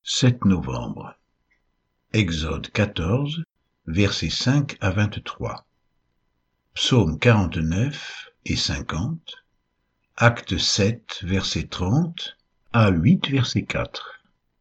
7 novembre. Exode 14, versets 5 à 23. Psaume 49 et 50. Acte 7, verset 30 à 8, verset 4.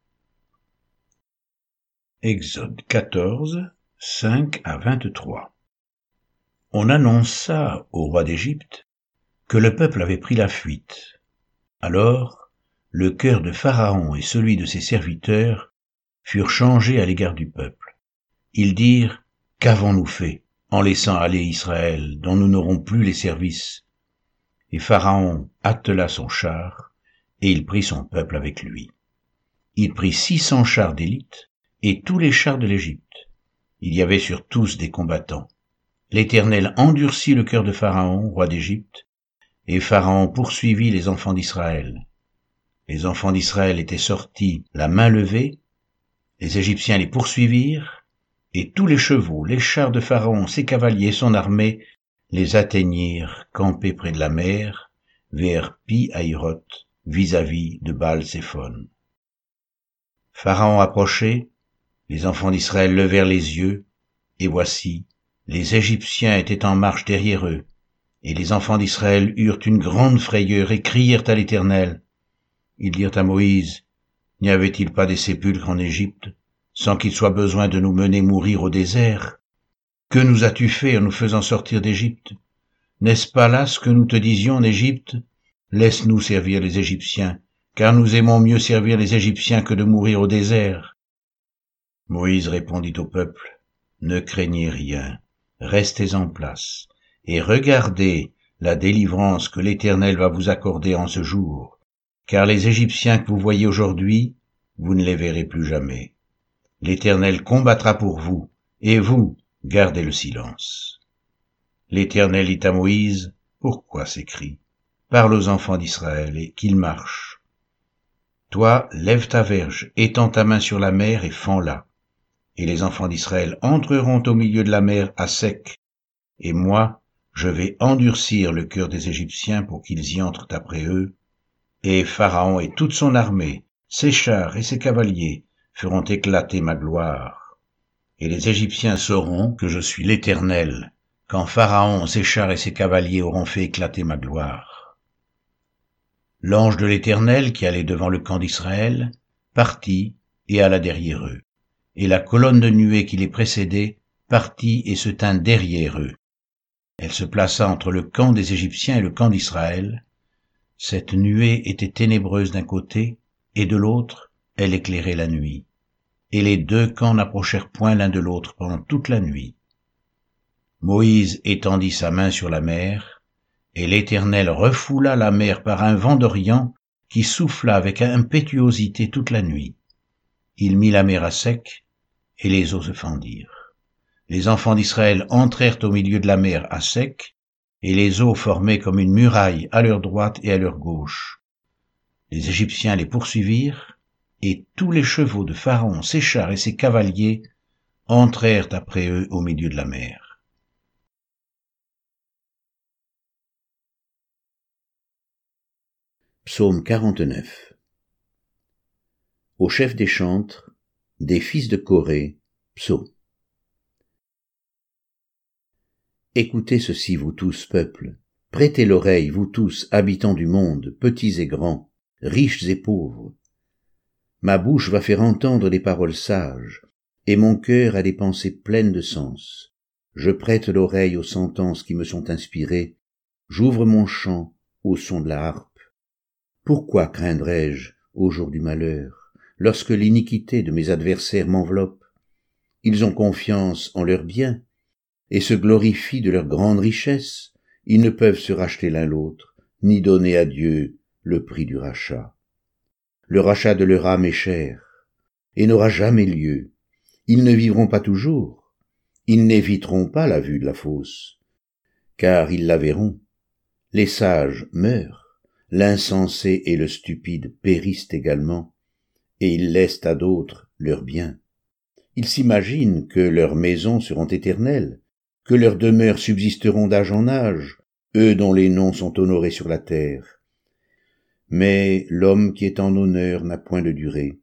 Exode 14, 5 à 23. On annonça au roi d'Égypte que le peuple avait pris la fuite. Alors, le cœur de Pharaon et celui de ses serviteurs furent changés à l'égard du peuple. Ils dirent : « Qu'avons-nous fait en laissant aller Israël, dont nous n'aurons plus les services ?» Et Pharaon attela son char, et il prit son peuple avec lui. Il prit 600 chars d'élite, et tous les chars de l'Égypte. Il y avait sur tous des combattants. L'Éternel endurcit le cœur de Pharaon, roi d'Égypte, et Pharaon poursuivit les enfants d'Israël. Les enfants d'Israël étaient sortis la main levée, les Égyptiens les poursuivirent, et tous les chevaux, les chars de Pharaon, ses cavaliers, son armée, les atteignirent campés près de la mer, vers Pi-Hahiroth, vis-à-vis de Baal-Séphon. Pharaon approchait, les enfants d'Israël levèrent les yeux, et voici, les Égyptiens étaient en marche derrière eux, et les enfants d'Israël eurent une grande frayeur et crièrent à l'Éternel. Ils dirent à Moïse : « N'y avait-il pas des sépulcres en Égypte, sans qu'il soit besoin de nous mener mourir au désert ? Que nous as-tu fait en nous faisant sortir d'Égypte ? N'est-ce pas là ce que nous te disions en Égypte ? Laisse-nous servir les Égyptiens, car nous aimons mieux servir les Égyptiens que de mourir au désert. » Moïse répondit au peuple : « Ne craignez rien, restez en place, et regardez la délivrance que l'Éternel va vous accorder en ce jour. Car les Égyptiens que vous voyez aujourd'hui, vous ne les verrez plus jamais. L'Éternel combattra pour vous, et vous, gardez le silence. » L'Éternel dit à Moïse : « Pourquoi ces cris ? Parle aux enfants d'Israël, et qu'ils marchent. Toi, lève ta verge, étends ta main sur la mer et fends-la. Et les enfants d'Israël entreront au milieu de la mer à sec. Et moi, je vais endurcir le cœur des Égyptiens pour qu'ils y entrent après eux. Et Pharaon et toute son armée, ses chars et ses cavaliers feront éclater ma gloire. Et les Égyptiens sauront que je suis l'Éternel, quand Pharaon, ses chars et ses cavaliers auront fait éclater ma gloire. » L'ange de l'Éternel, qui allait devant le camp d'Israël, partit et alla derrière eux. Et la colonne de nuée qui les précédait partit et se tint derrière eux. Elle se plaça entre le camp des Égyptiens et le camp d'Israël. Cette nuée était ténébreuse d'un côté, et de l'autre, elle éclairait la nuit. Et les deux camps n'approchèrent point l'un de l'autre pendant toute la nuit. Moïse étendit sa main sur la mer, et l'Éternel refoula la mer par un vent d'Orient qui souffla avec impétuosité toute la nuit. Il mit la mer à sec, et les eaux se fendirent. Les enfants d'Israël entrèrent au milieu de la mer à sec, et les eaux formaient comme une muraille à leur droite et à leur gauche. Les Égyptiens les poursuivirent, et tous les chevaux de Pharaon, ses chars et ses cavaliers entrèrent après eux au milieu de la mer. Psaume 49. Au chef des chantres, des fils de Corée, psaume. Écoutez ceci, vous tous, peuple. Prêtez l'oreille, vous tous, habitants du monde, petits et grands, riches et pauvres. Ma bouche va faire entendre des paroles sages, et mon cœur a des pensées pleines de sens. Je prête l'oreille aux sentences qui me sont inspirées, j'ouvre mon chant au son de la harpe. Pourquoi craindrais-je, au jour du malheur, lorsque l'iniquité de mes adversaires m'enveloppe ? Ils ont confiance en leurs biens, et se glorifient de leur grande richesse. Ils ne peuvent se racheter l'un l'autre, ni donner à Dieu le prix du rachat. Le rachat de leur âme est cher, et n'aura jamais lieu. Ils ne vivront pas toujours, ils n'éviteront pas la vue de la fosse, car ils la verront. Les sages meurent, l'insensé et le stupide périssent également, et ils laissent à d'autres leurs biens. Ils s'imaginent que leurs maisons seront éternelles, que leurs demeures subsisteront d'âge en âge, eux dont les noms sont honorés sur la terre. Mais l'homme qui est en honneur n'a point de durée.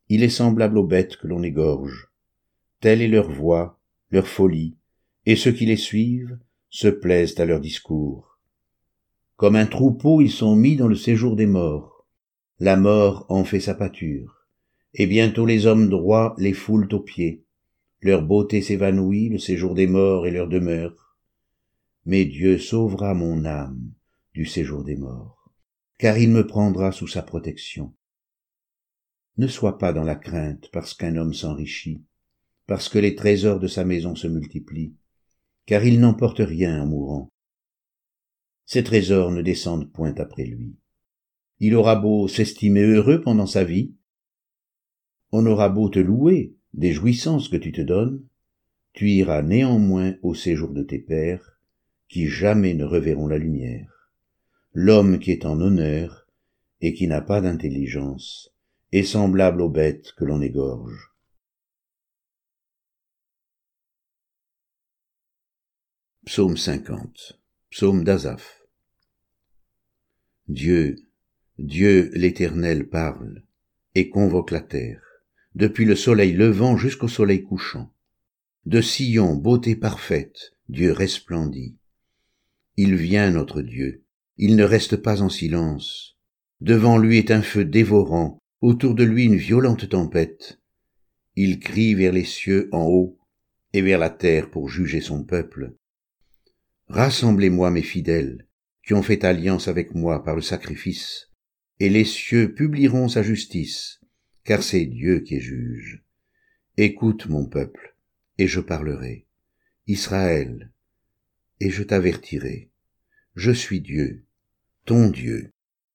Il est semblable aux bêtes que l'on égorge. Telle est leur voix, leur folie, et ceux qui les suivent se plaisent à leur discours. Comme un troupeau, ils sont mis dans le séjour des morts. La mort en fait sa pâture, et bientôt les hommes droits les foulent aux pieds. Leur beauté s'évanouit, le séjour des morts est leur demeure. Mais Dieu sauvera mon âme du séjour des morts, car il me prendra sous sa protection. Ne sois pas dans la crainte parce qu'un homme s'enrichit, parce que les trésors de sa maison se multiplient, car il n'emporte rien en mourant. Ses trésors ne descendent point après lui. Il aura beau s'estimer heureux pendant sa vie, on aura beau te louer des jouissances que tu te donnes, tu iras néanmoins au séjour de tes pères, qui jamais ne reverront la lumière. L'homme qui est en honneur et qui n'a pas d'intelligence est semblable aux bêtes que l'on égorge. Psaume 50, psaume d'Asaph. Dieu l'Éternel parle et convoque la terre, depuis le soleil levant jusqu'au soleil couchant. De Sion, beauté parfaite, Dieu resplendit. Il vient notre Dieu, il ne reste pas en silence. Devant lui est un feu dévorant, autour de lui une violente tempête. Il crie vers les cieux en haut et vers la terre pour juger son peuple. Rassemblez-moi mes fidèles, qui ont fait alliance avec moi par le sacrifice, et les cieux publieront sa justice, car c'est Dieu qui est juge. Écoute mon peuple, et je parlerai. Israël, et je t'avertirai. Je suis Dieu, ton Dieu.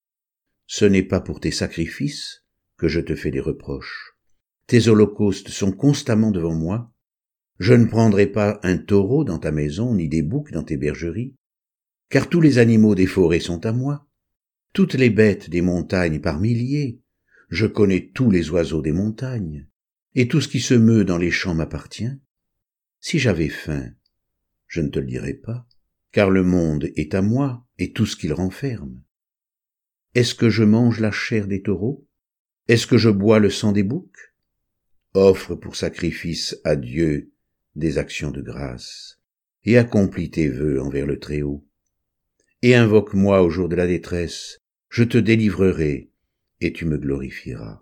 Ce n'est pas pour tes sacrifices que je te fais des reproches. Tes holocaustes sont constamment devant moi. Je ne prendrai pas un taureau dans ta maison, ni des boucs dans tes bergeries, car tous les animaux des forêts sont à moi, toutes les bêtes des montagnes par milliers. Je connais tous les oiseaux des montagnes, et tout ce qui se meut dans les champs m'appartient. Si j'avais faim, je ne te le dirais pas, car le monde est à moi et tout ce qu'il renferme. Est-ce que je mange la chair des taureaux? Est-ce que je bois le sang des boucs? Offre pour sacrifice à Dieu des actions de grâce, et accomplis tes vœux envers le Très-Haut. Et invoque-moi au jour de la détresse, je te délivrerai, et tu me glorifieras.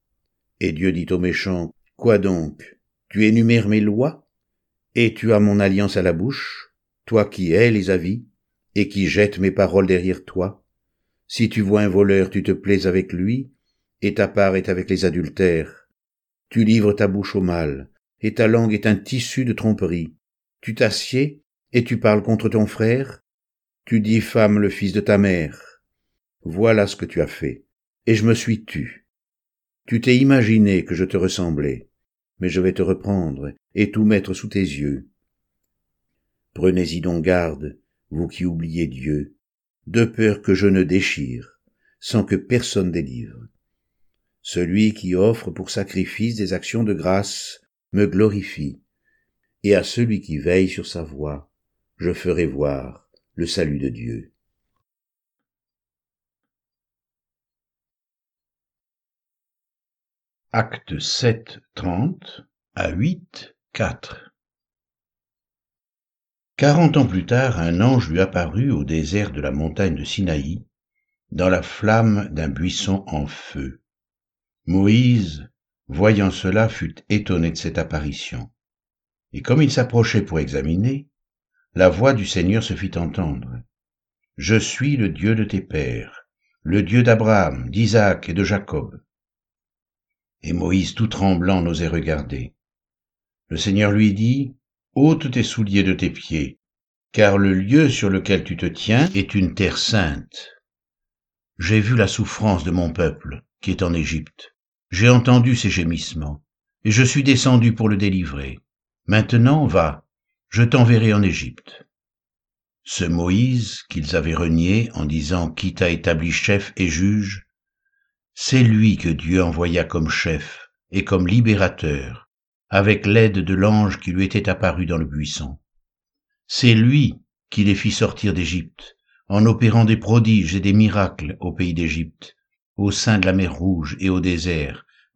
Et Dieu dit aux méchants, quoi donc? Tu énumères mes lois? Et tu as mon alliance à la bouche, toi qui hais les avis, et qui jettes mes paroles derrière toi? Si tu vois un voleur, tu te plais avec lui, et ta part est avec les adultères. Tu livres ta bouche au mal, et ta langue est un tissu de tromperie. Tu t'assieds, et tu parles contre ton frère. Tu diffames le fils de ta mère. Voilà ce que tu as fait, et je me suis tu. Tu t'es imaginé que je te ressemblais, mais je vais te reprendre et tout mettre sous tes yeux. Prenez-y donc garde, vous qui oubliez Dieu, de peur que je ne déchire, sans que personne délivre. Celui qui offre pour sacrifice des actions de grâce me glorifie, et à celui qui veille sur sa voie, je ferai voir le salut de Dieu. Actes 7, 30 à 8, 4. 40 ans plus tard, un ange lui apparut au désert de la montagne de Sinaï, dans la flamme d'un buisson en feu. Moïse, voyant cela, fut étonné de cette apparition. Et comme il s'approchait pour examiner, la voix du Seigneur se fit entendre. « Je suis le Dieu de tes pères, le Dieu d'Abraham, d'Isaac et de Jacob. » Et Moïse, tout tremblant, n'osait regarder. Le Seigneur lui dit, « Ôte tes souliers de tes pieds, car le lieu sur lequel tu te tiens est une terre sainte. J'ai vu la souffrance de mon peuple, qui est en Égypte. J'ai entendu ses gémissements, et je suis descendu pour le délivrer. Maintenant, va, je t'enverrai en Égypte. » Ce Moïse qu'ils avaient renié en disant « Qui t'a établi chef et juge ?» c'est lui que Dieu envoya comme chef et comme libérateur, avec l'aide de l'ange qui lui était apparu dans le buisson. C'est lui qui les fit sortir d'Égypte, en opérant des prodiges et des miracles au pays d'Égypte, au sein de la mer Rouge et au désert,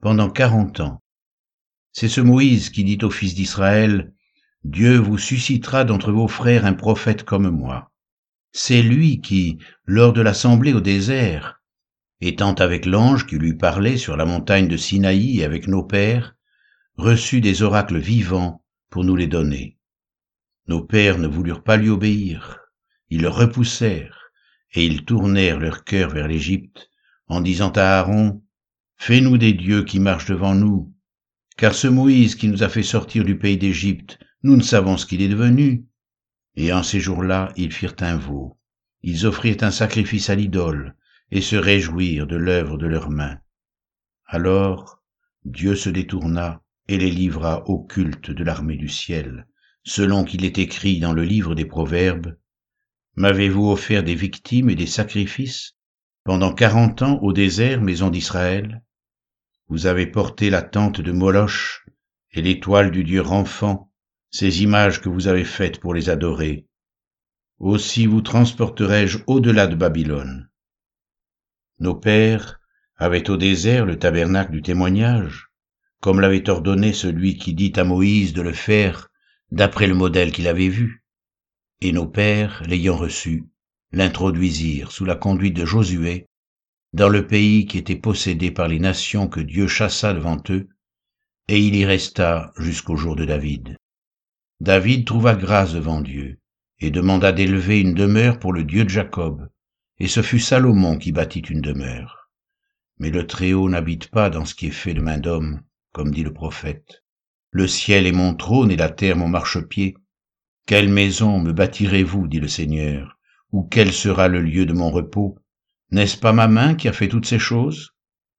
pendant 40 ans. C'est ce Moïse qui dit aux fils d'Israël, « Dieu vous suscitera d'entre vos frères un prophète comme moi. » C'est lui qui, lors de l'assemblée au désert, étant avec l'ange qui lui parlait sur la montagne de Sinaï et avec nos pères, reçut des oracles vivants pour nous les donner. Nos pères ne voulurent pas lui obéir, ils le repoussèrent, et ils tournèrent leur cœur vers l'Égypte, en disant à Aaron, « Fais-nous des dieux qui marchent devant nous, car ce Moïse qui nous a fait sortir du pays d'Égypte, nous ne savons ce qu'il est devenu. » Et en ces jours-là, ils firent un veau, ils offrirent un sacrifice à l'idole, et se réjouirent de l'œuvre de leurs mains. Alors, Dieu se détourna et les livra au culte de l'armée du ciel, selon qu'il est écrit dans le livre des Proverbes, « M'avez-vous offert des victimes et des sacrifices pendant 40 ans au désert, maison d'Israël? Vous avez porté la tente de Moloch et l'étoile du dieu Remphan, ces images que vous avez faites pour les adorer. Aussi vous transporterai-je au-delà de Babylone. » Nos pères avaient au désert le tabernacle du témoignage, comme l'avait ordonné celui qui dit à Moïse de le faire d'après le modèle qu'il avait vu. Et nos pères, l'ayant reçu, l'introduisirent sous la conduite de Josué dans le pays qui était possédé par les nations que Dieu chassa devant eux, et il y resta jusqu'au jour de David. David trouva grâce devant Dieu, et demanda d'élever une demeure pour le Dieu de Jacob, et ce fut Salomon qui bâtit une demeure. Mais le Très-Haut n'habite pas dans ce qui est fait de main d'homme, comme dit le prophète. Le ciel est mon trône et la terre mon marchepied. Quelle maison me bâtirez-vous, dit le Seigneur, ou quel sera le lieu de mon repos? N'est-ce pas ma main qui a fait toutes ces choses?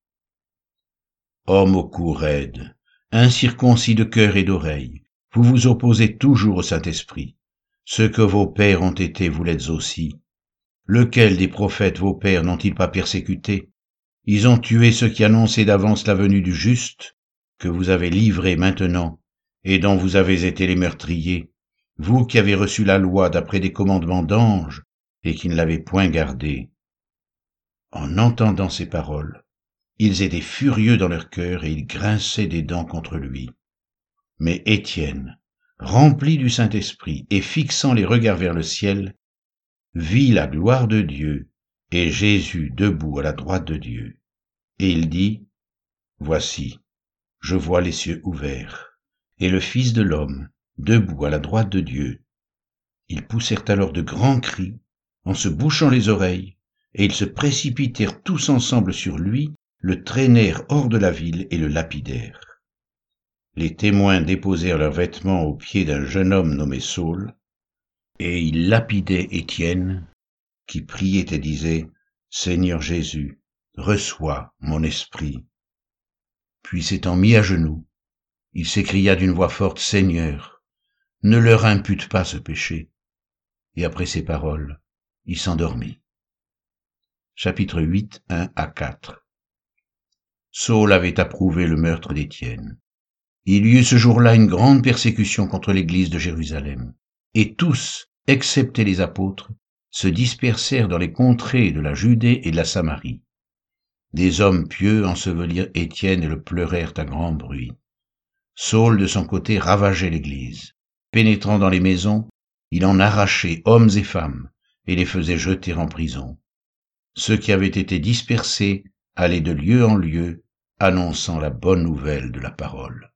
Homme au cou raide, incirconcis de cœur et d'oreille, vous vous opposez toujours au Saint-Esprit. Ce que vos pères ont été, vous l'êtes aussi. Lequel des prophètes vos pères n'ont-ils pas persécuté? Ils ont tué ceux qui annonçaient d'avance la venue du juste, que vous avez livré maintenant, et dont vous avez été les meurtriers, vous qui avez reçu la loi d'après des commandements d'anges, et qui ne l'avez point gardée. En entendant ces paroles, ils étaient furieux dans leur cœur et ils grinçaient des dents contre lui. Mais Étienne, rempli du Saint-Esprit et fixant les regards vers le ciel, vit la gloire de Dieu et Jésus debout à la droite de Dieu. Et il dit, « Voici, je vois les cieux ouverts, et le Fils de l'homme debout à la droite de Dieu. » Ils poussèrent alors de grands cris, en se bouchant les oreilles, et ils se précipitèrent tous ensemble sur lui, le traînèrent hors de la ville et le lapidèrent. Les témoins déposèrent leurs vêtements aux pieds d'un jeune homme nommé Saul, et ils lapidaient Étienne, qui priait et disait, « Seigneur Jésus, reçois mon esprit. » Puis s'étant mis à genoux, il s'écria d'une voix forte, « Seigneur, ne leur impute pas ce péché. » Et après ces paroles, il s'endormit. Chapitre 8, 1 à 4. Saul avait approuvé le meurtre d'Étienne. Il y eut ce jour-là une grande persécution contre l'église de Jérusalem, et tous, excepté les apôtres, se dispersèrent dans les contrées de la Judée et de la Samarie. Des hommes pieux ensevelirent Étienne et le pleurèrent à grand bruit. Saul, de son côté, ravageait l'église. Pénétrant dans les maisons, il en arrachait hommes et femmes, et les faisait jeter en prison. Ceux qui avaient été dispersés allaient de lieu en lieu, annonçant la bonne nouvelle de la parole.